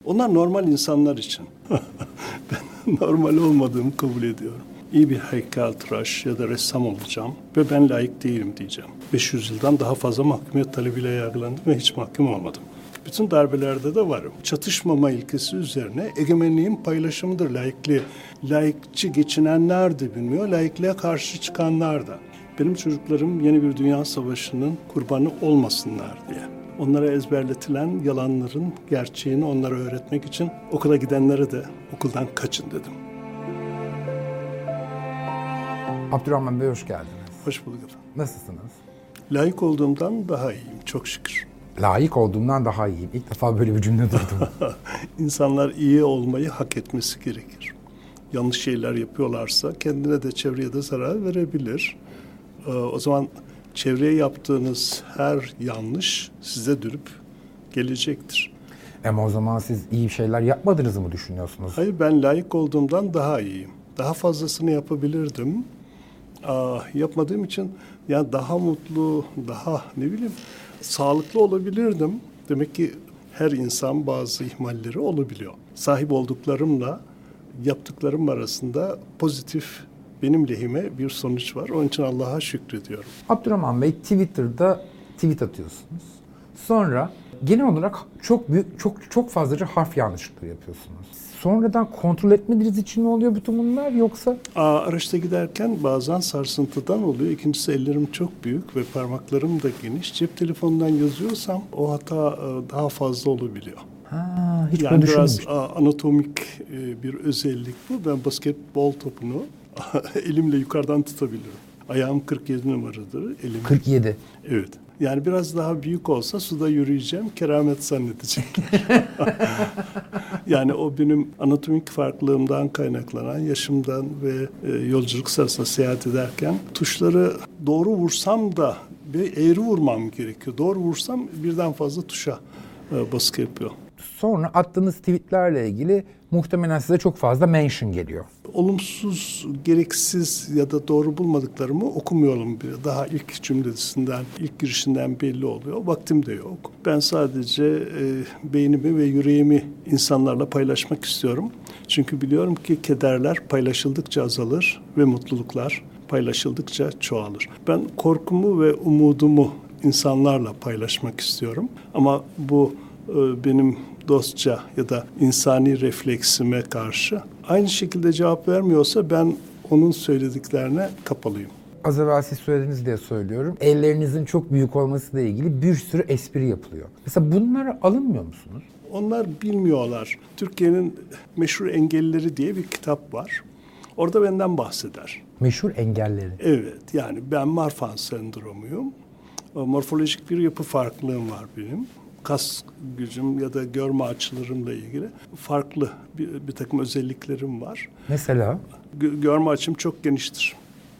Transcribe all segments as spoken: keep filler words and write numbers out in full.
Onlar normal insanlar için. Ben normal olmadığımı kabul ediyorum. İyi bir heykeltıraş ya da ressam olacağım ve ben layık değilim diyeceğim. beş yüz yıldan daha fazla mahkumiyet talebiyle yargılandım ve hiç mahkum olmadım. Bütün darbelerde de varım. Çatışmama ilkesi üzerine egemenliğin paylaşımıdır layıklığı. Layıkçı geçinenler de bilmiyor, layıklığa karşı çıkanlar da. Benim çocuklarım yeni bir dünya savaşının kurbanı olmasınlar diye. Onlara ezberletilen yalanların gerçeğini onlara öğretmek için okula gidenlere de okuldan kaçın dedim. Abdurrahman Bey hoş geldiniz. Hoş bulduk efendim. Nasılsınız? Layık olduğumdan daha iyiyim, çok şükür. Layık olduğumdan daha iyiyim. İlk defa böyle bir cümle duydum. İnsanlar iyi olmayı hak etmesi gerekir. Yanlış şeyler yapıyorlarsa kendine de çevreye de zarar verebilir. Ee, o zaman çevreye yaptığınız her yanlış size dönüp gelecektir. Ama o zaman siz iyi şeyler yapmadığınızı mı düşünüyorsunuz? Hayır, ben layık olduğumdan daha iyiyim. Daha fazlasını yapabilirdim. Aa, yapmadığım için yani daha mutlu, daha ne bileyim sağlıklı olabilirdim. Demek ki her insan bazı ihmalleri olabiliyor. Sahip olduklarımla yaptıklarım arasında pozitif benim lehime bir sonuç var. Onun için Allah'a şükrediyorum. Abdurrahman Bey Twitter'da tweet atıyorsunuz. Sonra genel olarak çok büyük, çok çok fazlaca harf yanlışlıkları yapıyorsunuz. Sonradan kontrol etmediğiniz için mi oluyor bütün bunlar yoksa? Aa, araçta giderken bazen sarsıntıdan oluyor. İkincisi ellerim çok büyük ve parmaklarım da geniş. Cep telefonundan yazıyorsam o hata daha fazla olabiliyor. Ha, hiç yani böyle biraz a, anatomik e, bir özellik bu. Ben basketbol topunu elimle yukarıdan tutabilirim. Ayağım kırk yedi numaradır. Elim. kırk yedi. Evet. Yani biraz daha büyük olsa suda yürüyeceğim, keramet zannedecekler. Yani o benim anatomik farklılığımdan kaynaklanan, yaşımdan ve e, yolculuk sırasında seyahat ederken tuşları doğru vursam da bir eğri vurmam gerekiyor. Doğru vursam birden fazla tuşa e, baskı yapıyor. Sonra attığınız tweetlerle ilgili muhtemelen size çok fazla mention geliyor. Olumsuz, gereksiz ya da doğru bulmadıklarımı okumuyorum bile. Daha ilk cümlesinden, ilk girişinden belli oluyor. Vaktim de yok. Ben sadece e, beynimi ve yüreğimi insanlarla paylaşmak istiyorum. Çünkü biliyorum ki kederler paylaşıldıkça azalır ve mutluluklar paylaşıldıkça çoğalır. Ben korkumu ve umudumu insanlarla paylaşmak istiyorum. Ama bu e, benim dostça ya da insani refleksime karşı aynı şekilde cevap vermiyorsa ben onun söylediklerine kapalıyım. Az evvel siz söylediniz diye söylüyorum. Ellerinizin çok büyük olmasıyla ilgili bir sürü espri yapılıyor. Mesela bunlara alınmıyor musunuz? Onlar bilmiyorlar. Türkiye'nin Meşhur Engellileri diye bir kitap var. Orada benden bahseder. Meşhur engelleri. Evet, yani ben Marfan sendromuyum. Morfolojik bir yapı farklılığım var benim. Kas gücüm ya da görme açılarımla ilgili farklı bir, bir takım özelliklerim var. Mesela? G- görme açım çok geniştir.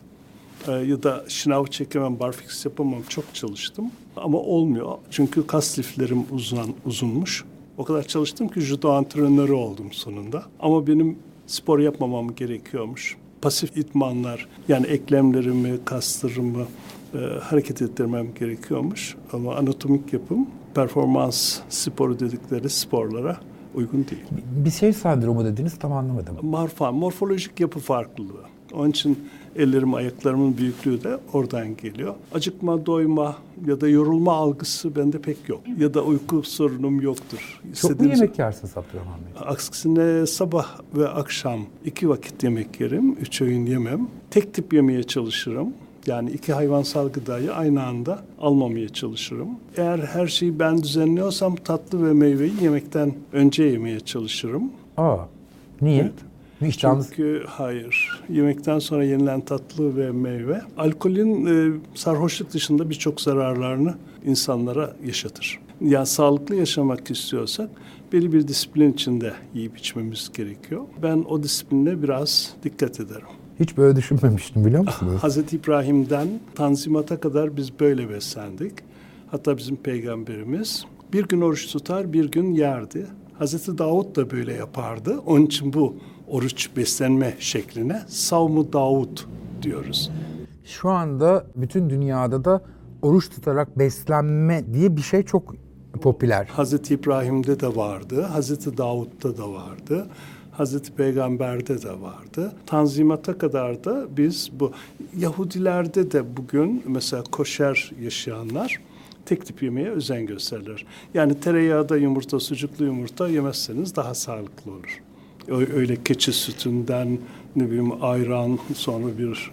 Ee, ya da şınav çekemem, barfiks yapamam, çok çalıştım. Ama olmuyor. Çünkü kas liflerim uzun, uzunmuş. O kadar çalıştım ki judo antrenörü oldum sonunda. Ama benim spor yapmamam gerekiyormuş. Pasif idmanlar, yani eklemlerimi, kaslarımı e, hareket ettirmem gerekiyormuş. Ama anatomik yapım, performans sporu dedikleri sporlara uygun değil. Bir şey sendromu dediniz, tam anlamadım. Marfan, morfolojik yapı farklılığı. Onun için ellerim, ayaklarımın büyüklüğü de oradan geliyor. Acıkma, doyma ya da yorulma algısı bende pek yok. Ya da uyku sorunum yoktur. Çok mu yemek yersiniz Abdurrahman Bey? Aksine sabah ve akşam iki vakit yemek yerim, üç öğün yemem. Tek tip yemeye çalışırım. Yani iki hayvansal gıdayı aynı anda almamaya çalışırım. Eğer her şeyi ben düzenliyorsam tatlı ve meyveyi yemekten önce yemeye çalışırım. Aa, niye? Evet. İştahınız... Çünkü hayır, yemekten sonra yenilen tatlı ve meyve, alkolün e, sarhoşluk dışında birçok zararlarını insanlara yaşatır. Yani sağlıklı yaşamak istiyorsak belli bir disiplin içinde yiyip içmemiz gerekiyor. Ben o disipline biraz dikkat ederim. Hiç böyle düşünmemiştim, biliyor musunuz? Hazreti İbrahim'den Tanzimat'a kadar biz böyle beslendik. Hatta bizim peygamberimiz bir gün oruç tutar, bir gün yerdi. Hazreti Davud da böyle yapardı. Onun için bu oruç beslenme şekline Savm-ı Davud diyoruz. Şu anda bütün dünyada da oruç tutarak beslenme diye bir şey çok popüler. Hazreti İbrahim'de de vardı, Hazreti Davud'da da vardı, Hazreti Peygamber'de de vardı. Tanzimata kadar da biz bu Yahudilerde de bugün mesela koşer yaşayanlar tek tip yemeğe özen gösterirler. Yani tereyağda yumurta, sucuklu yumurta yemezseniz daha sağlıklı olur. Öyle keçi sütünden ne bileyim ayran, sonra bir,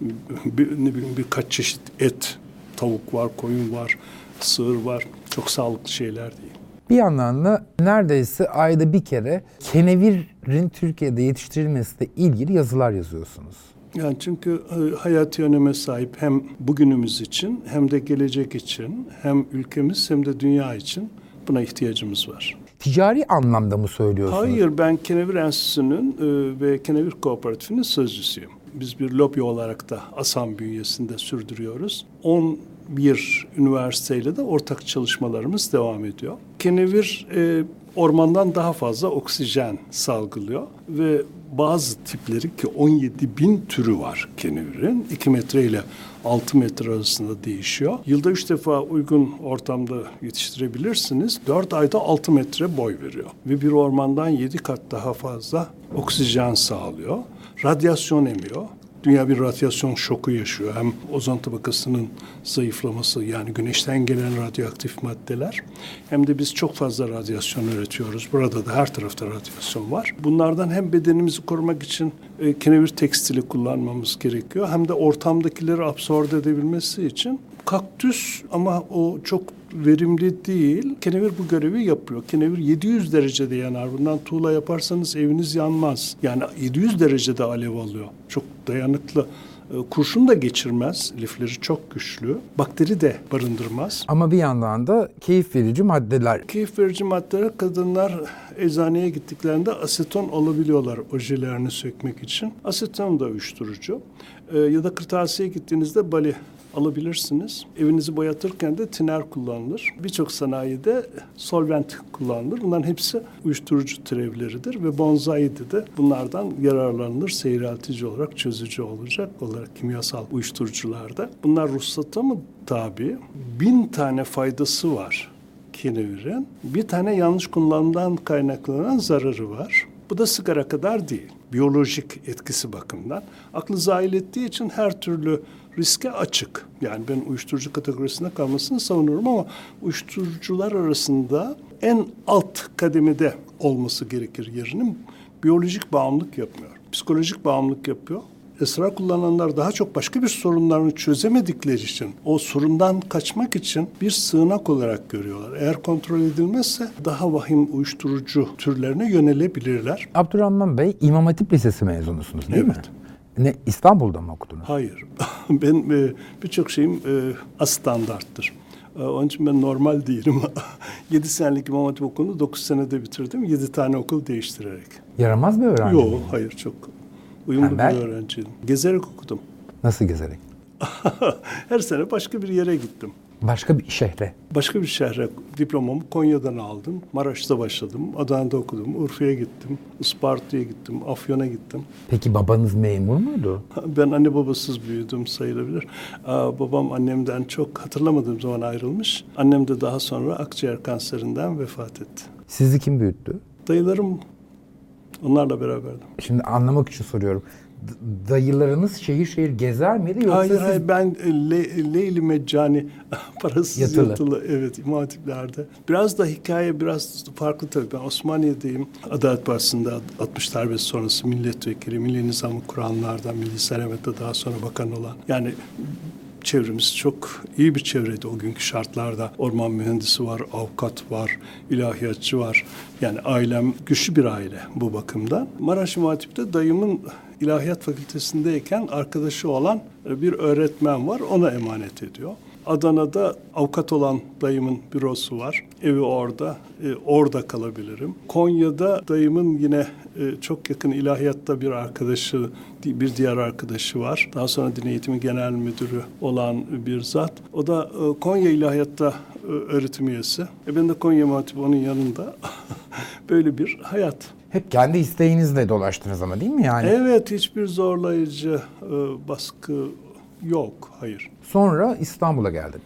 bir ne bileyim birkaç çeşit et, tavuk var, koyun var, sığır var. Çok sağlıklı şeyler değil. Bir yandan da neredeyse ayda bir kere kenevirin Türkiye'de yetiştirilmesiyle ilgili yazılar yazıyorsunuz. Yani çünkü hayati öneme sahip hem bugünümüz için hem de gelecek için hem ülkemiz hem de dünya için buna ihtiyacımız var. Ticari anlamda mı söylüyorsunuz? Hayır, ben Kenevir Enstitüsü'nün ve Kenevir Kooperatifinin sözcüsüyüm. Biz bir lobi olarak da ASAM bünyesinde sürdürüyoruz. on bir üniversiteyle de ortak çalışmalarımız devam ediyor. Kenevir e, ormandan daha fazla oksijen salgılıyor ve bazı tipleri ki on yedi bin türü var kenevirin. iki metre ile altı metre arasında değişiyor. Yılda üç defa uygun ortamda yetiştirebilirsiniz. dört ayda altı metre boy veriyor. Ve bir ormandan yedi kat daha fazla oksijen sağlıyor. Radyasyon emiyor. Dünya bir radyasyon şoku yaşıyor. Hem ozon tabakasının zayıflaması, yani güneşten gelen radyoaktif maddeler, hem de biz çok fazla radyasyon üretiyoruz. Burada da her tarafta radyasyon var. Bunlardan hem bedenimizi korumak için e, kenevir tekstili kullanmamız gerekiyor, hem de ortamdakileri absorbe edebilmesi için kaktüs, ama o çok verimli değil. Kenevir bu görevi yapıyor. Kenevir yedi yüz derecede yanar. Bundan tuğla yaparsanız eviniz yanmaz. Yani yedi yüz derecede alev alıyor. Çok dayanıklı. Kurşun da geçirmez. Lifleri çok güçlü. Bakteri de barındırmaz. Ama bir yandan da keyif verici maddeler. Keyif verici maddeler, kadınlar eczaneye gittiklerinde aseton alabiliyorlar ojelerini sökmek için. Aseton da uyuşturucu. Ee, ya da kırtasiye gittiğinizde bali alabilirsiniz. Evinizi boyatırken de tiner kullanılır. Birçok sanayide solvent kullanılır. Bunların hepsi uyuşturucu türevleridir ve bonsai'de de bunlardan yararlanılır. Seyreltici olarak, çözücü olacak olarak kimyasal uyuşturucularda. Bunlar ruhsata mı tabi? Bin tane faydası var kenevirin. Bir tane yanlış kullanımdan kaynaklanan zararı var. Bu da sigara kadar değil. Biyolojik etkisi bakımından. Aklı zahil ettiği için her türlü riske açık. Yani ben uyuşturucu kategorisinde kalmasını savunurum ama uyuşturucular arasında en alt kademede olması gerekir yerinin. Biyolojik bağımlılık yapmıyor. Psikolojik bağımlılık yapıyor. Esrar kullananlar daha çok başka bir sorunlarını çözemedikleri için, o sorundan kaçmak için bir sığınak olarak görüyorlar. Eğer kontrol edilmezse daha vahim uyuşturucu türlerine yönelebilirler. Abdurrahman Bey, İmam Hatip Lisesi mezunusunuz değil Evet. mi? Ne, İstanbul'da mı okudunuz? Hayır. Ben e, birçok şeyim e, astandarttır. E, onun için ben normal değilim. yedi senelik İmam Hatip okulunu dokuz senede bitirdim. yedi tane okul değiştirerek. Yaramaz bir öğrenci. Yok, hayır, çok uyumlu Tembel. bir öğrenciydim. Gezerek okudum. Nasıl gezerek? Her sene başka bir yere gittim. Başka bir şehre. Başka bir şehre diplomamı Konya'dan aldım. Maraş'ta başladım. Adana'da okudum. Urfa'ya gittim. Isparta'ya gittim. Afyon'a gittim. Peki babanız memur muydu? Ben anne babasız büyüdüm sayılabilir. Aa, babam annemden çok hatırlamadığım zaman ayrılmış. Annem de daha sonra akciğer kanserinden vefat etti. Sizi kim büyüttü? Dayılarım, onlarla beraberdim. Şimdi anlamak için soruyorum. D- dayılarınız şehir şehir gezer miydi yoksa Hayır siz... hayır, ben Le- Leyli Meccani parasız Yatılı. yatılı, evet, İmam Hatiplerde. Biraz da hikaye biraz farklı tabii. Ben Osmaniye'deyim. Adalet Partisi'nde altmış darbesi sonrası milletvekili, milli nizamı kuranlardan, milli selamette daha sonra bakan olan. Yani çevremiz çok iyi bir çevreydi o günkü şartlarda. Orman mühendisi var, avukat var, ilahiyatçı var. Yani ailem güçlü bir aile bu bakımdan. Maraş İmam Hatip'te dayımın ilahiyat fakültesindeyken arkadaşı olan bir öğretmen var, ona emanet ediyor. Adana'da avukat olan dayımın bürosu var. Evi orada. E, orada kalabilirim. Konya'da dayımın yine e, çok yakın ilahiyatta bir arkadaşı, bir diğer arkadaşı var. Daha sonra Din Eğitimi Genel Müdürü olan bir zat. O da e, Konya İlahiyat'ta e, öğretim üyesi. E, ben de Konya Muhatip onun yanında. Böyle bir hayat. Hep kendi isteğinizle dolaştınız ama değil mi yani? Evet, hiçbir zorlayıcı e, baskı yok, hayır. Sonra İstanbul'a geldiniz.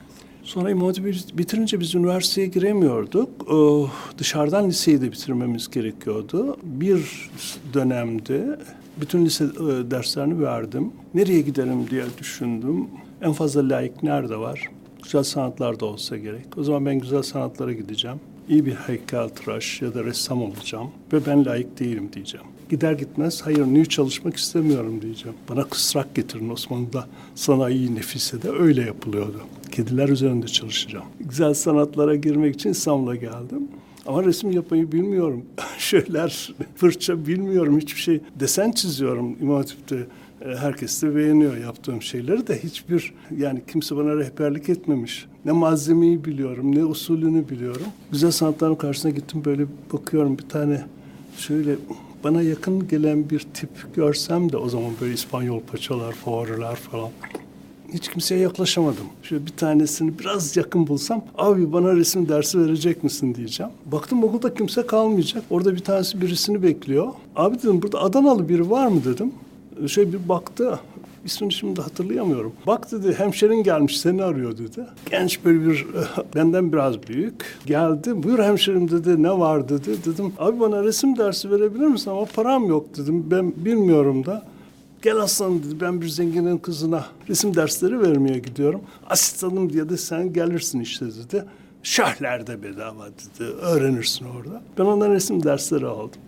Sonra İmam Hatip'i bitirince biz üniversiteye giremiyorduk. Ee, dışarıdan liseyi de bitirmemiz gerekiyordu. Bir dönemde bütün lise e, derslerini verdim. Nereye gidelim diye düşündüm. En fazla laik nerede var? Güzel sanatlarda olsa gerek. O zaman ben güzel sanatlara gideceğim. İyi bir heykeltıraş ya da ressam olacağım. Ve ben layık değilim diyeceğim. Gider gitmez, hayır nü çalışmak istemiyorum diyeceğim. Bana kısrak getirin. Osmanlı'da sanayi nefise de öyle yapılıyordu. Kediler üzerinde çalışacağım. Güzel sanatlara girmek için İstanbul'a geldim. Ama resim yapmayı bilmiyorum. Şeyler, fırça bilmiyorum hiçbir şey. Desen çiziyorum İmam Hatip'te. Herkes de beğeniyor yaptığım şeyleri de hiçbir, yani kimse bana rehberlik etmemiş. Ne malzemeyi biliyorum, ne usulünü biliyorum. Güzel sanatların karşısına gittim, böyle bakıyorum, bir tane şöyle bana yakın gelen bir tip görsem de, o zaman böyle İspanyol paçalar, favoriler falan. Hiç kimseye yaklaşamadım. Şöyle bir tanesini biraz yakın bulsam, abi bana resim dersi verecek misin diyeceğim. Baktım okulda kimse kalmayacak. Orada bir tanesi birisini bekliyor. Abi dedim, burada Adanalı biri var mı dedim. Şöyle bir baktı, ismini şimdi hatırlayamıyorum. Bak dedi, hemşerin gelmiş seni arıyor dedi. Genç böyle bir, benden biraz büyük. Geldi, buyur hemşerim dedi, ne var dedi. Dedim, abi bana resim dersi verebilir misin ama param yok dedim. Ben bilmiyorum da. Gel aslanım dedi, ben bir zenginin kızına resim dersleri vermeye gidiyorum. Asistanım diye de sen gelirsin işte dedi. Şahlerde bedava dedi, öğrenirsin orada. Ben ondan resim dersleri aldım.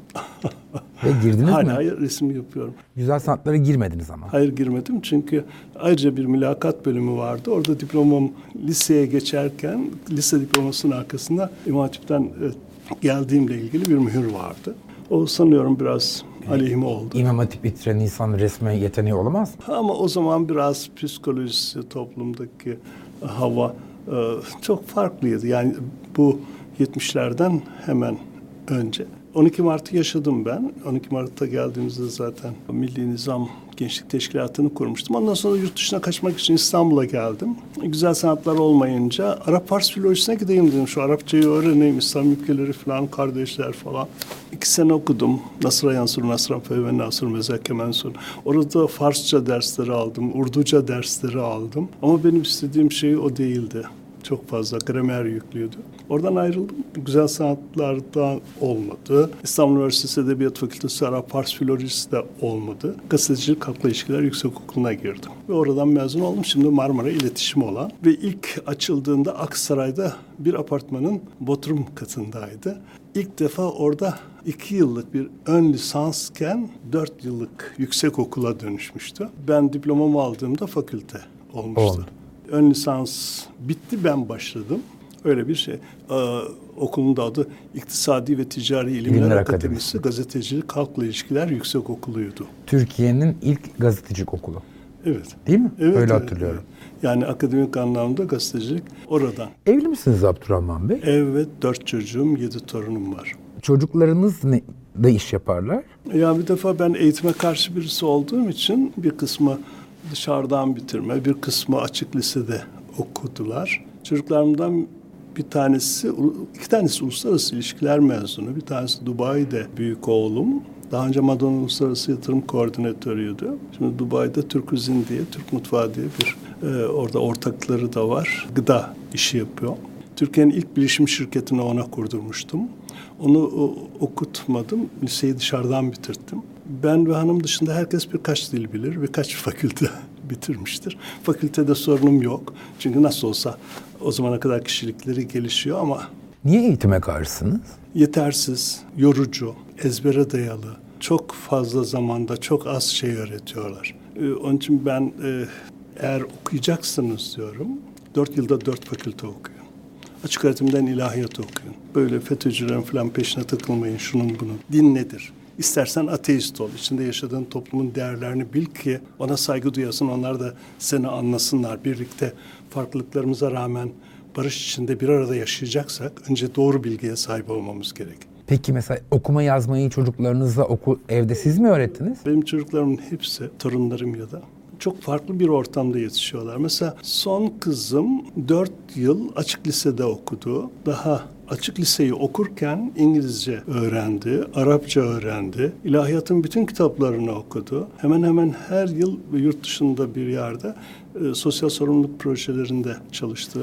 Ve girdiniz Hala mi? Hayır, resim yapıyorum. Güzel sanatlara girmediniz ama. Hayır, girmedim çünkü ayrıca bir mülakat bölümü vardı. Orada diplomam, liseye geçerken lise diplomasının arkasında İmam Hatip'ten e, geldiğimle ilgili bir mühür vardı. O sanıyorum biraz aleyhime oldu. İmam Hatip bitiren insan resme yeteneği olamaz mı? Ama o zaman biraz psikolojisi, toplumdaki hava e, çok farklıydı. Yani bu yetmişlerden hemen önce. on iki Mart'ı yaşadım ben. on iki Mart'ta geldiğimizde zaten Milli Nizam Gençlik Teşkilatı'nı kurmuştum. Ondan sonra yurt dışına kaçmak için İstanbul'a geldim. Güzel sanatlar olmayınca Arap Fars filolojisine gideyim dedim. Şu Arapçayı öğreneyim, İslam ülkeleri falan, kardeşler falan. İki sene okudum. Nasra Yansur, Nasran Fevve Nasur, Mezake Mensur. Orada Farsça dersleri aldım, Urduca dersleri aldım. Ama benim istediğim şey o değildi. Çok fazla gramer yüklüydü. Oradan ayrıldım. Güzel sanatlarda olmadı. İstanbul Üniversitesi Edebiyat Fakültesi Arap Fars Filolojisi de olmadı. Gazetecilik Halkla İlişkiler Yüksekokulu'na girdim. Ve oradan mezun oldum. Şimdi Marmara İletişimi olan. Ve ilk açıldığında Aksaray'da bir apartmanın bodrum katındaydı. İlk defa orada iki yıllık bir ön lisansken dört yıllık yüksekokula dönüşmüştü. Ben diplomamı aldığımda fakülte olmuştu. Oldu. Ön lisans bitti, ben başladım. Öyle bir şey. Ee, okulun da adı İktisadi ve Ticari İlimler, İlimler Akademisi, Akademisi. Gazetecilik Halkla İlişkiler Yüksekokuluydu. Türkiye'nin ilk gazetecilik okulu. Evet. Değil mi? Evet, Öyle evet, hatırlıyorum. evet. Yani akademik anlamda gazetecilik oradan. Evli misiniz Abdurrahman Bey? Evet, dört çocuğum, yedi torunum var. Çocuklarınız ne, ne iş yaparlar? Ya bir defa ben eğitime karşı birisi olduğum için bir kısmı dışarıdan bitirme, bir kısmı açık lisede okudular. Çocuklarımdan bir tanesi, iki tanesi uluslararası ilişkiler mezunu, bir tanesi Dubai'de büyük oğlum. Daha önce Madonna Uluslararası Yatırım Koordinatörüydü. Şimdi Dubai'de Türküzin diye, Türk Mutfağı diye bir e, orada ortakları da var. Gıda işi yapıyor. Türkiye'nin ilk bilişim şirketini ona kurdurmuştum. Onu o, okutmadım, liseyi dışarıdan bitirttim. Ben ve hanım dışında herkes birkaç dil bilir, birkaç fakülte bitirmiştir. Fakültede sorunum yok. Çünkü nasıl olsa o zamana kadar kişilikleri gelişiyor ama... Niye eğitime karşısınız? Yetersiz, yorucu, ezbere dayalı, çok fazla zamanda çok az şey öğretiyorlar. Ee, onun için ben e, eğer okuyacaksınız diyorum, dört yılda dört fakülte okuyun. Açık öğretimden ilahiyat okuyun. Böyle FETÖ'cülerin falan peşine takılmayın, şunun bunun. Din nedir? İstersen ateist ol. İçinde yaşadığın toplumun değerlerini bil ki ona saygı duyasın. Onlar da seni anlasınlar. Birlikte farklılıklarımıza rağmen barış içinde bir arada yaşayacaksak önce doğru bilgiye sahip olmamız gerek. Peki mesela okuma yazmayı çocuklarınızla okul evde siz mi öğrettiniz? Benim çocuklarımın hepsi, torunlarım ya da çok farklı bir ortamda yetişiyorlar. Mesela son kızım dört yıl açık lisede okudu. Daha açık liseyi okurken İngilizce öğrendi, Arapça öğrendi. İlahiyatın bütün kitaplarını okudu. Hemen hemen her yıl yurt dışında bir yerde e, sosyal sorumluluk projelerinde çalıştı.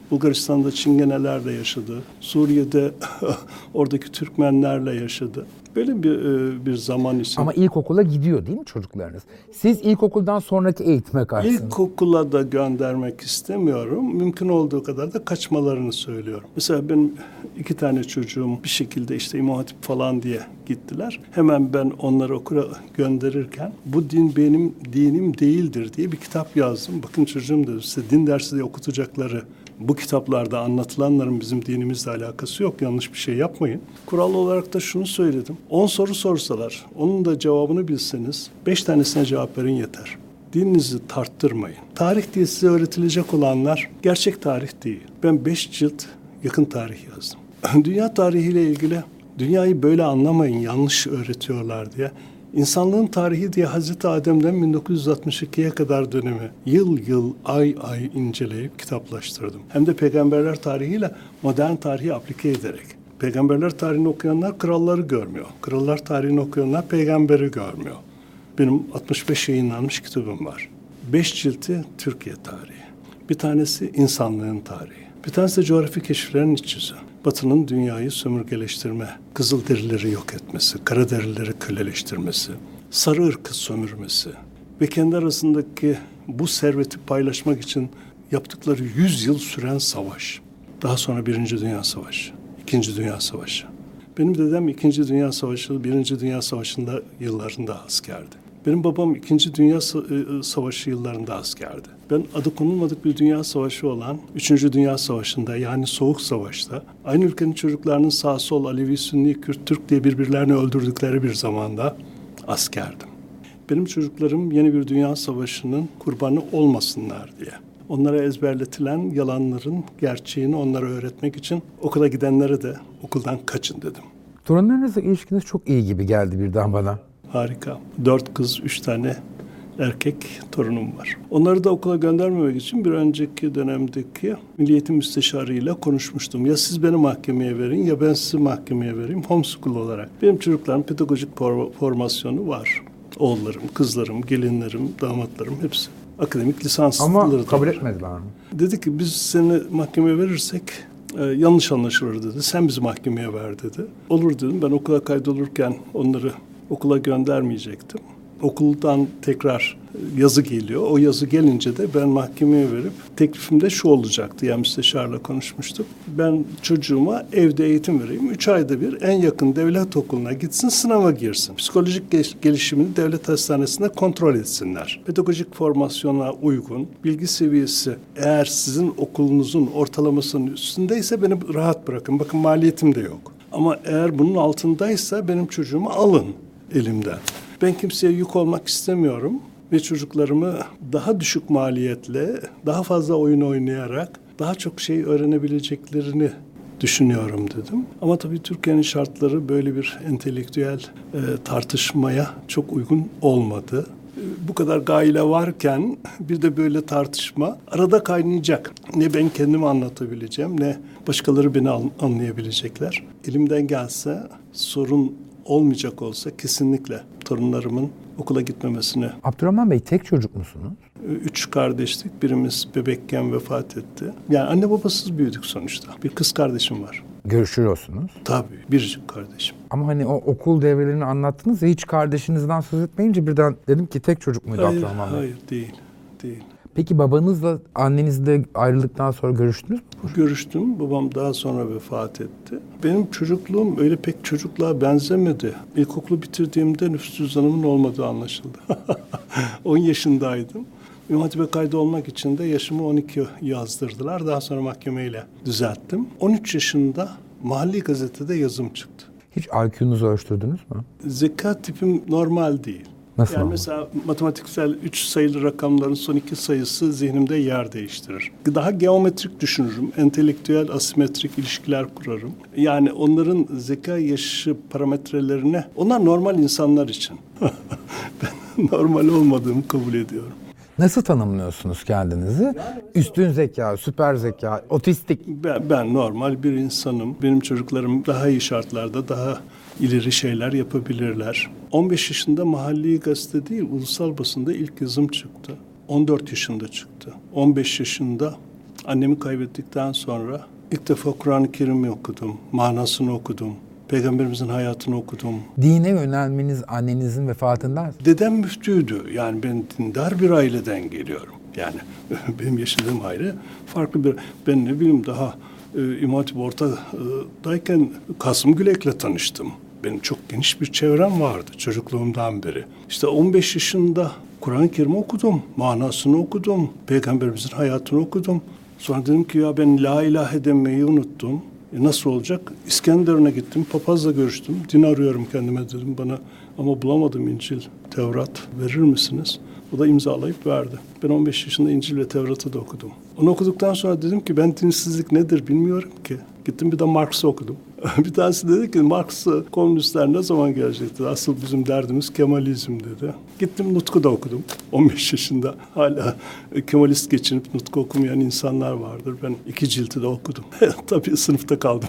Bulgaristan'da Çingenelerle yaşadı. Suriye'de oradaki Türkmenlerle yaşadı. Böyle bir bir zaman için. Ama ilkokula gidiyor değil mi çocuklarınız? Siz ilkokuldan sonraki eğitime karşısınız. İlkokula da göndermek istemiyorum. Mümkün olduğu kadar da kaçmalarını söylüyorum. Mesela benim iki tane çocuğum bir şekilde işte İmam Hatip falan diye gittiler. Hemen ben onları okula gönderirken bu din benim dinim değildir diye bir kitap yazdım. Bakın çocuğum dedi, size din dersi diye okutacakları bu kitaplarda anlatılanların bizim dinimizle alakası yok. Yanlış bir şey yapmayın. Kural olarak da şunu söyledim. on soru sorsalar, onun da cevabını bilseniz beş tanesine cevap verin yeter. Dininizi tarttırmayın. Tarih diye size öğretilecek olanlar gerçek tarih değil. Ben beş cilt yakın tarih yazdım. Dünya tarihiyle ilgili dünyayı böyle anlamayın, yanlış öğretiyorlar diye. İnsanlığın tarihi diye Hazreti Adem'den bin dokuz yüz altmış ikiye kadar dönemi yıl yıl, ay ay inceleyip kitaplaştırdım. Hem de peygamberler tarihiyle modern tarihi aplike ederek. Peygamberler tarihini okuyanlar kralları görmüyor. Krallar tarihini okuyanlar peygamberi görmüyor. Benim altmış beş yayınlanmış kitabım var. Beş cilti Türkiye tarihi. Bir tanesi insanlığın tarihi. Bir tanesi de coğrafi keşiflerin iç yüzü. Batı'nın dünyayı sömürgeleştirme, Kızılderilileri yok etmesi, Karaderileri köleleştirmesi, sarı ırkı sömürmesi ve kendi arasındaki bu serveti paylaşmak için yaptıkları yüz yıl süren savaş. Daha sonra Birinci Dünya Savaşı, İkinci Dünya Savaşı. Benim dedem İkinci Dünya Savaşı, Birinci Dünya Savaşı'nda yıllarında askerdi. Benim babam İkinci Dünya Savaşı yıllarında askerdi. Ben adı konulmadık bir dünya savaşı olan Üçüncü Dünya Savaşı'nda yani Soğuk Savaş'ta aynı ülkenin çocuklarının sağ sol, Alevi, Sünni, Kürt, Türk diye birbirlerini öldürdükleri bir zamanda askerdim. Benim çocuklarım yeni bir dünya savaşının kurbanı olmasınlar diye. Onlara ezberletilen yalanların gerçeğini onlara öğretmek için okula gidenlere de okuldan kaçın dedim. Torunlarınızla ilişkiniz çok iyi gibi geldi birden bana. Harika. Dört kız, üç tane erkek torunum var. Onları da okula göndermemek için bir önceki dönemdeki Milli Eğitim Müsteşarı ile konuşmuştum. Ya siz beni mahkemeye verin ya ben sizi mahkemeye vereyim homeschool olarak. Benim çocuklarım pedagojik formasyonu var. Oğullarım, kızlarım, gelinlerim, damatlarım hepsi. Akademik lisanslıları da var. Ama kabul etmediler mi? Dedi ki biz seni mahkemeye verirsek e, yanlış anlaşılır dedi. Sen bizi mahkemeye ver dedi. Olur dedim. Ben okula kaydolurken onları okula göndermeyecektim. Okuldan tekrar yazı geliyor. O yazı gelince de ben mahkemeye verip teklifimde şu olacaktı. Yani müsteşarla konuşmuştuk. Ben çocuğuma evde eğitim vereyim. Üç ayda bir en yakın devlet okuluna gitsin, sınava girsin. Psikolojik gelişimini devlet hastanesinde kontrol etsinler. Pedagojik formasyona uygun, bilgi seviyesi eğer sizin okulunuzun ortalamasının üstündeyse beni rahat bırakın. Bakın maliyetim de yok. Ama eğer bunun altındaysa benim çocuğumu alın elimden. Ben kimseye yük olmak istemiyorum ve çocuklarımı daha düşük maliyetle, daha fazla oyun oynayarak daha çok şey öğrenebileceklerini düşünüyorum dedim. Ama tabii Türkiye'nin şartları böyle bir entelektüel e, tartışmaya çok uygun olmadı. E, bu kadar gaile varken bir de böyle tartışma arada kaynayacak. Ne ben kendimi anlatabileceğim ne başkaları beni anlayabilecekler. Elimden gelse sorun olmayacak olsa kesinlikle torunlarımın okula gitmemesini. Abdurrahman Bey tek çocuk musunuz? Üç kardeşlik. Birimiz bebekken vefat etti. Yani anne babasız büyüdük sonuçta. Bir kız kardeşim var. Görüşüyorsunuz. Tabii. Biricik kardeşim. Ama hani o okul devrelerini anlattınız ya hiç kardeşinizden söz etmeyince birden dedim ki tek çocuk muydu Hayır, Abdurrahman Bey? hayır değil. Değil. Peki babanızla annenizle ayrıldıktan sonra görüştünüz mü? Görüştüm. Babam daha sonra vefat etti. Benim çocukluğum öyle pek çocukluğa benzemedi. İlkokulu bitirdiğimde nüfus cüzdanımın olmadığı anlaşıldı. on yaşındaydım. İmam Hatip'e kaydolmak için de yaşımı on iki yazdırdılar. Daha sonra mahkemeyle düzelttim. on üç yaşında mahalli gazetede yazım çıktı. Hiç I Q'nuzu ölçtürdünüz mü? Zeka tipim normal değil. Nasıl Yani ama? mesela matematiksel üç sayılı rakamların son iki sayısı zihnimde yer değiştirir. Daha geometrik düşünürüm. Entelektüel asimetrik ilişkiler kurarım. Yani onların zeka yaşı parametrelerine, onlar normal insanlar için. Ben normal olmadığımı kabul ediyorum. Nasıl tanımlıyorsunuz kendinizi? Üstün zeka, süper zeka, otistik. Ben, ben normal bir insanım. Benim çocuklarım daha iyi şartlarda daha ileri şeyler yapabilirler. on beş yaşında mahalli gazete değil, ulusal basında ilk yazım çıktı. on dört yaşında çıktı. on beş yaşında Annemi kaybettikten sonra ilk defa Kur'an-ı Kerim'i okudum, manasını okudum. Peygamberimizin hayatını okudum. Dine yönelmeniz annenizin vefatından. Dedem müftüydü. Yani ben dindar bir aileden geliyorum. Yani benim yaşadığım aile farklı bir... Ben ne bileyim daha e, İmam Hatip Orta'dayken Kasım Gülek'le tanıştım. Benim çok geniş bir çevrem vardı çocukluğumdan beri. İşte on beş yaşında Kur'an-ı Kerim'i okudum, manasını okudum, Peygamberimizin hayatını okudum. Sonra dedim ki ya ben la ilahe demeyi unuttum. E nasıl olacak? İskenderun'a gittim, papazla görüştüm. Din arıyorum kendime dedim bana ama bulamadım İncil, Tevrat verir misiniz? O da imzalayıp verdi. Ben on beş yaşında İncil ve Tevrat'ı da okudum. Onu okuduktan sonra dedim ki ben dinsizlik nedir bilmiyorum ki. Gittim bir de Marx'ı okudum. Bir tanesi dedi ki Marx'ı komünistler ne zaman gelecekti? Asıl bizim derdimiz Kemalizm dedi. Gittim Nutk'u da okudum. on beş yaşında hala Kemalist geçinip Nutk'u okumayan insanlar vardır. Ben iki cilti de okudum. Tabii sınıfta kaldım.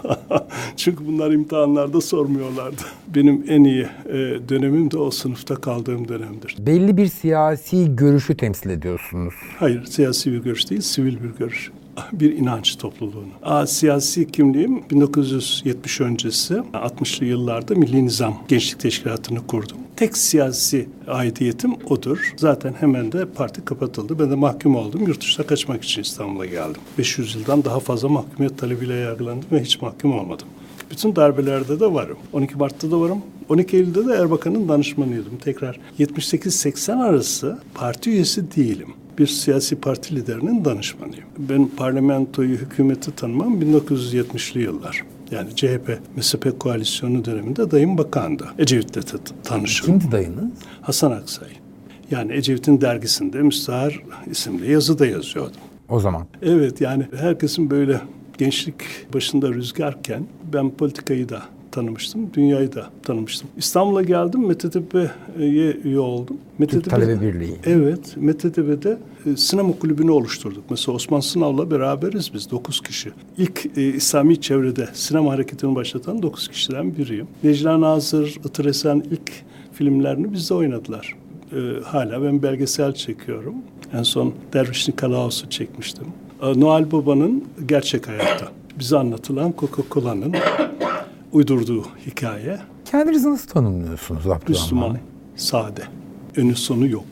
Çünkü bunlar imtihanlarda sormuyorlardı. Benim en iyi e, dönemim de o sınıfta kaldığım dönemdir. Belli bir siyasi görüşü temsil ediyorsunuz. Hayır, siyasi bir görüş değil, sivil bir görüş. Bir inanç topluluğunu. Aa, siyasi kimliğim bin dokuz yüz yetmiş öncesi altmışlı yıllarda Milli Nizam Gençlik Teşkilatı'nı kurdum. Tek siyasi aidiyetim odur. Zaten hemen de parti kapatıldı. Ben de mahkum oldum. Yurt dışına kaçmak için İstanbul'a geldim. beş yüz yıldan daha fazla mahkumiyet talebiyle yargılandım ve hiç mahkum olmadım. Bütün darbelerde de varım. on iki Mart'ta da varım. on iki Eylül'de de Erbakan'ın danışmanıydım. Tekrar yetmiş sekiz seksen arası parti üyesi değilim. Bir siyasi parti liderinin danışmanıyım. Ben parlamentoyu, hükümeti tanımam bin dokuz yüz yetmişli yıllar. Yani C H P, M S P koalisyonu döneminde dayım bakandı. Ecevit'le t- tanışırım. Kimdi dayınız? Hasan Aksay. Yani Ecevit'in dergisinde Müstahar isimli yazıda yazıyordum. O zaman. Evet yani herkesin böyle gençlik başında rüzgarken ben politikayı da tanımıştım, dünyayı da tanımıştım. İstanbul'a geldim, M T T P'ye üye oldum. Türk Talebe Birliği. Evet, M T T P'de e, sinema kulübünü oluşturduk. Mesela Osman Sınav'la beraberiz biz, dokuz kişi. İlk e, İslami çevrede sinema hareketini başlatan dokuz kişiden biriyim. Necla Nazır, Itır Esen ilk filmlerini bizde oynadılar. E, hala ben belgesel çekiyorum. En son Derviş Nikolaos'u çekmiştim. E, Noel Baba'nın gerçek hayatta bize anlatılan Coca-Cola'nın uydurduğu hikaye. Kendinizi nasıl tanımlıyorsunuz Abdurrahman Müslüman, Bey? sade. Önü sonu yok.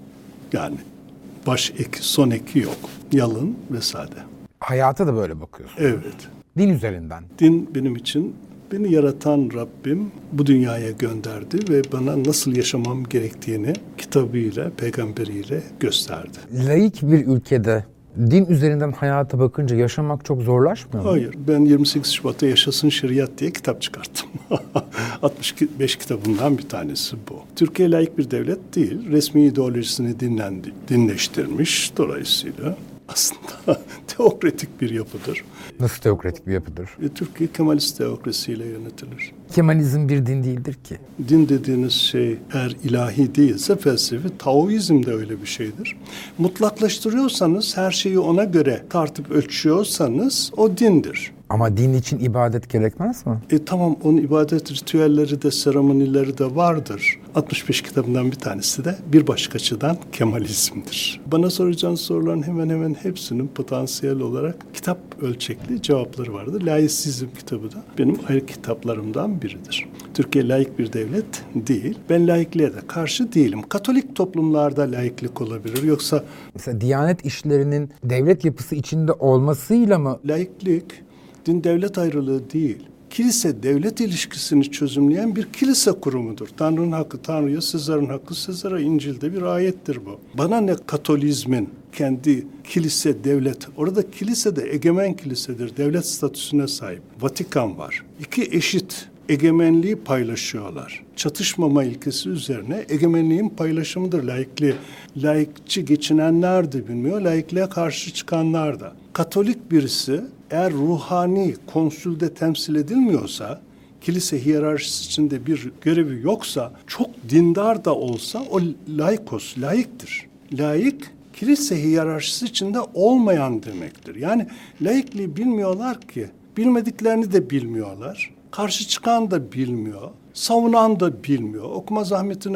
Yani baş eki, son eki yok. Yalın ve sade. Hayata da böyle bakıyorsunuz. Evet. Din üzerinden. Din benim için beni yaratan Rabbim bu dünyaya gönderdi ve bana nasıl yaşamam gerektiğini kitabıyla, peygamberiyle gösterdi. Laik bir ülkede din üzerinden hayata bakınca yaşamak çok zorlaşmıyor mu? Hayır, ben yirmi sekiz Şubat'ta Yaşasın Şeriat diye kitap çıkarttım. altmış beş kitabından bir tanesi bu. Türkiye layık bir devlet değil, resmi ideolojisini dinlendi, dinleştirmiş dolayısıyla. Aslında teokratik bir yapıdır. Nasıl teokratik bir yapıdır? E, Türkiye Kemalist teokrasiyle yönetilir. Kemalizm bir din değildir ki. Din dediğiniz şey eğer ilahi değilse felsefi, Taoizm de öyle bir şeydir. Mutlaklaştırıyorsanız, her şeyi ona göre tartıp ölçüyorsanız o dindir. Ama din için ibadet gerekmez mi? E tamam, onun ibadet ritüelleri de, seremonileri de vardır. altmış beş kitabından bir tanesi de bir başka açıdan Kemalizm'dir. Bana soracağınız soruların hemen hemen hepsinin potansiyel olarak kitap ölçekli cevapları vardır. Laisizm kitabı da benim ayrı kitaplarımdan biridir. Türkiye layık bir devlet değil. Ben laikliğe de karşı değilim. Katolik toplumlarda laiklik olabilir. Yoksa Mesela Diyanet işlerinin devlet yapısı içinde olmasıyla mı? laiklik din-devlet ayrılığı değil. Kilise-devlet ilişkisini çözümleyen bir kilise kurumudur. Tanrı'nın hakkı Tanrı'ya, Sezar'ın hakkı Sezar'a. İncil'de bir ayettir bu. Bana ne Katolizmin kendi kilise-devlet, orada kilise de egemen kilisedir. Devlet statüsüne sahip. Vatikan var. İki eşit egemenliği paylaşıyorlar. Çatışmama ilkesi üzerine egemenliğin paylaşımıdır laikliği. Laikçi geçinenler de bilmiyor, laikliğe karşı çıkanlar da. Katolik birisi eğer ruhani konsülde temsil edilmiyorsa, kilise hiyerarşisi içinde bir görevi yoksa, çok dindar da olsa o laikos, laiktir. Laik, kilise hiyerarşisi içinde olmayan demektir. Yani laikliği bilmiyorlar ki, bilmediklerini de bilmiyorlar. Karşı çıkan da bilmiyor, savunan da bilmiyor. Okuma zahmetine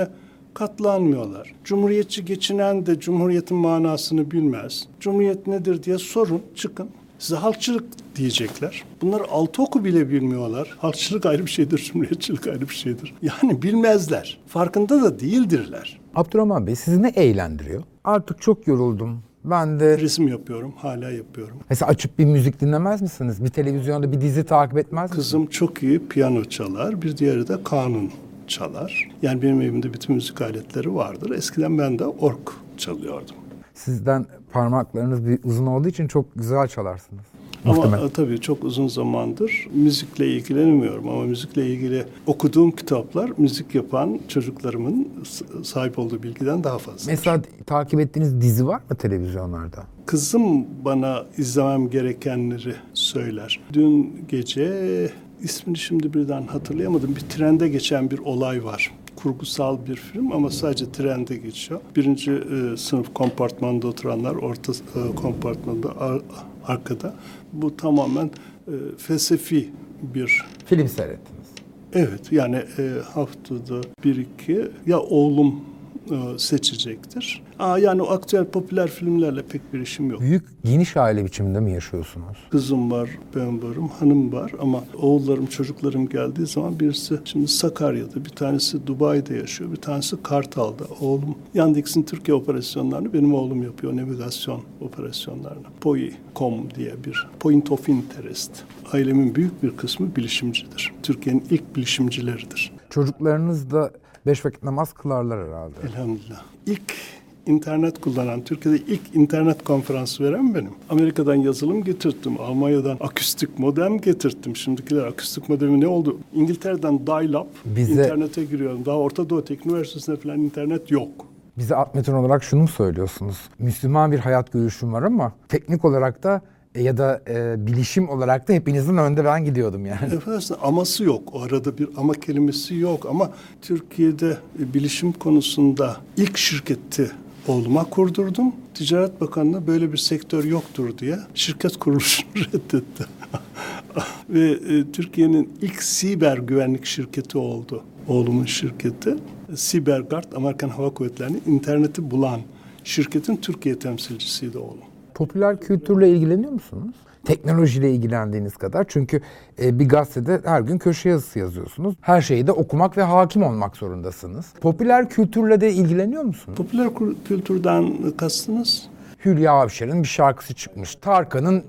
katlanmıyorlar. Cumhuriyetçi geçinen de Cumhuriyet'in manasını bilmez. Cumhuriyet nedir diye sorun, çıkın. Size halkçılık diyecekler. Bunlar altı oku bile bilmiyorlar. Halkçılık ayrı bir şeydir, cumhuriyetçilik ayrı bir şeydir. Yani bilmezler. Farkında da değildirler. Abdurrahman Bey, sizi ne eğlendiriyor? Artık çok yoruldum. Ben de... Resim yapıyorum, hala yapıyorum. Mesela açıp bir müzik dinlemez misiniz? Bir televizyonda bir dizi takip etmez misiniz? Kızım çok iyi piyano çalar, bir diğeri de kanun çalar. Yani benim evimde bütün müzik aletleri vardır. Eskiden ben de org çalıyordum. Sizden parmaklarınız bir uzun olduğu için çok güzel çalarsınız. Ama Muhtemelen. tabii çok uzun zamandır müzikle ilgilenemiyorum ama müzikle ilgili okuduğum kitaplar müzik yapan çocuklarımın sahip olduğu bilgiden daha fazla. Mesela takip ettiğiniz dizi var mı televizyonlarda? Kızım bana izlemem gerekenleri söyler. Dün gece ismini şimdi birden hatırlayamadım. Bir trende geçen bir olay var. Kurgusal bir film ama sadece trende geçiyor. Birinci e, sınıf kompartmanda oturanlar orta e, kompartmanda ar, arkada. Bu tamamen e, felsefi bir... Film seyrettiniz. Evet, yani e, haftada bir iki ya oğlum e, seçecektir. Aa, yani o aktüel popüler filmlerle pek bir işim yok. Büyük geniş aile biçiminde mi yaşıyorsunuz? Kızım var, ben varım, hanım var ama oğullarım, çocuklarım geldiği zaman birisi şimdi Sakarya'da, bir tanesi Dubai'de yaşıyor, bir tanesi Kartal'da. Oğlum Yandex'in Türkiye operasyonlarını benim oğlum yapıyor, navigasyon operasyonlarını. P O I nokta com diye bir Point of Interest. Ailemin büyük bir kısmı bilişimcidir. Türkiye'nin ilk bilişimcileridir. Çocuklarınız da beş vakit namaz kılarlar herhalde. Elhamdülillah. İlk internet kullanan, Türkiye'de ilk internet konferansı veren benim. Amerika'dan yazılım getirttim, Almanya'dan akustik modem getirttim. Şimdikiler akustik modemi ne oldu? İngiltere'den dial-up Bize- internete giriyorum. Daha Orta Doğu Teknik Üniversitesi'nde falan internet yok. Bize Admeton olarak şunu mu söylüyorsunuz? Müslüman bir hayat görüşüm var ama teknik olarak da e, ya da e, bilişim olarak da hepinizin önde ben gidiyordum yani. Efendim aması yok. O arada bir ama kelimesi yok ama Türkiye'de e, bilişim konusunda ilk şirketi oğluma kurdurdum. Ticaret Bakanlığı böyle bir sektör yoktur diye şirket kuruluşunu reddetti. Ve e, Türkiye'nin ilk siber güvenlik şirketi oldu. Oğlumun şirketi. Sibergard, Amerikan Hava Kuvvetleri'nin interneti bulan şirketin Türkiye temsilcisiydi oğlum. Popüler kültürle ilgileniyor musunuz? Teknolojiyle ilgilendiğiniz kadar. Çünkü e, bir gazetede her gün köşe yazısı yazıyorsunuz. Her şeyi de okumak ve hakim olmak zorundasınız. Popüler kültürle de ilgileniyor musunuz? Popüler kul- kültürden kastınız? Hülya Avşar'ın bir şarkısı çıkmış. Tarkan'ın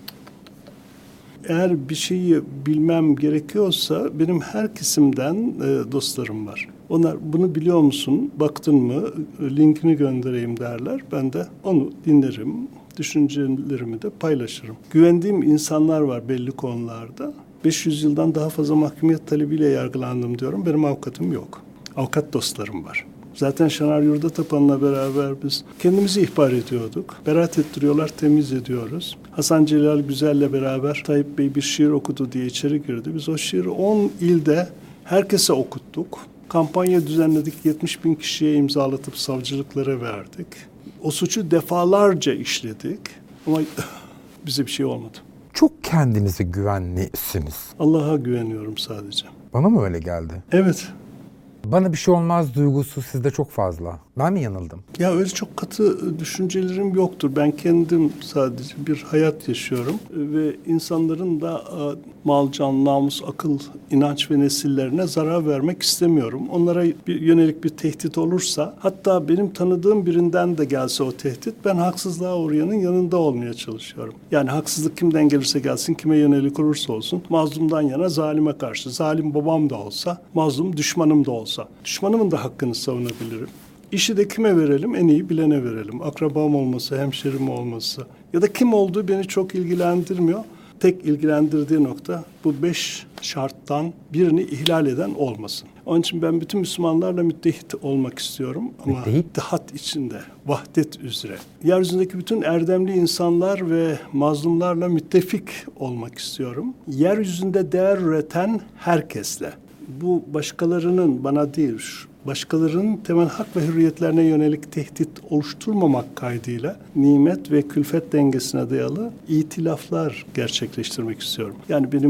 Eğer bir şeyi bilmem gerekiyorsa benim her kesimden e, dostlarım var. Onlar bunu biliyor musun, baktın mı, linkini göndereyim derler. Ben de onu dinlerim, düşüncelerimi de paylaşırım. Güvendiğim insanlar var belli konularda. beş yüz yıldan daha fazla mahkumiyet talebiyle yargılandım diyorum. Benim avukatım yok. Avukat dostlarım var. Zaten Şener Yurdatapan'la beraber biz kendimizi ihbar ediyorduk. Beraat ettiriyorlar, temiz ediyoruz. Hasan Celal Güzel'le beraber Tayyip Bey bir şiir okudu diye içeri girdi. Biz o şiiri on ilde herkese okuttuk. Kampanya düzenledik, yetmiş bin kişiye imzalatıp savcılıklara verdik. O suçu defalarca işledik ama bize bir şey olmadı. çok kendinize güvenlisiniz. Allah'a güveniyorum sadece. Bana mı öyle geldi? Evet. Bana bir şey olmaz duygusu sizde çok fazla. Ben mi yanıldım? Ya öyle çok katı düşüncelerim yoktur. Ben kendim sadece bir hayat yaşıyorum ve insanların da mal, can, namus, akıl, inanç ve nesillerine zarar vermek istemiyorum. Onlara bir yönelik bir tehdit olursa, hatta benim tanıdığım birinden de gelse o tehdit, ben haksızlığa uğrayanın yanında olmaya çalışıyorum. Yani haksızlık kimden gelirse gelsin, kime yönelik olursa olsun, mazlumdan yana zalime karşı. Zalim babam da olsa, mazlum düşmanım da olsa. Düşmanımın da hakkını savunabilirim. İşi de kime verelim? En iyi bilene verelim. Akrabam olması, hemşerim olması ya da kim olduğu beni çok ilgilendirmiyor. Tek ilgilendirdiği nokta bu beş şarttan birini ihlal eden olmasın. Onun için ben bütün Müslümanlarla müttehit olmak istiyorum ama Müttehit? ittihat içinde, vahdet üzere. Yeryüzündeki bütün erdemli insanlar ve mazlumlarla müttefik olmak istiyorum. Yeryüzünde değer üreten herkesle. Bu başkalarının, bana değil, başkalarının temel hak ve hürriyetlerine yönelik tehdit oluşturmamak kaydıyla nimet ve külfet dengesine dayalı itilaflar gerçekleştirmek istiyorum. Yani benim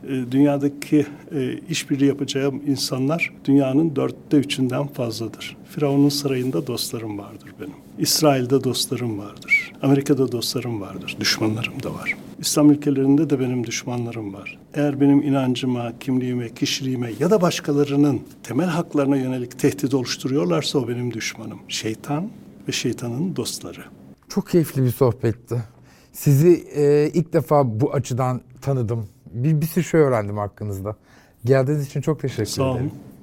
e, dünyadaki e, işbirliği yapacağım insanlar dünyanın dörtte üçünden fazladır. Firavun'un sarayında dostlarım vardır benim. İsrail'de dostlarım vardır. Amerika'da dostlarım vardır. Düşmanlarım da var. İslam ülkelerinde de benim düşmanlarım var. Eğer benim inancıma, kimliğime, kişiliğime ya da başkalarının temel haklarına yönelik tehdit oluşturuyorlarsa o benim düşmanım. Şeytan ve şeytanın dostları. Çok keyifli bir sohbetti. Sizi e, ilk defa bu açıdan tanıdım. Bir, bir sürü şey öğrendim hakkınızda. Geldiğiniz için çok teşekkür Sağ olun. ederim.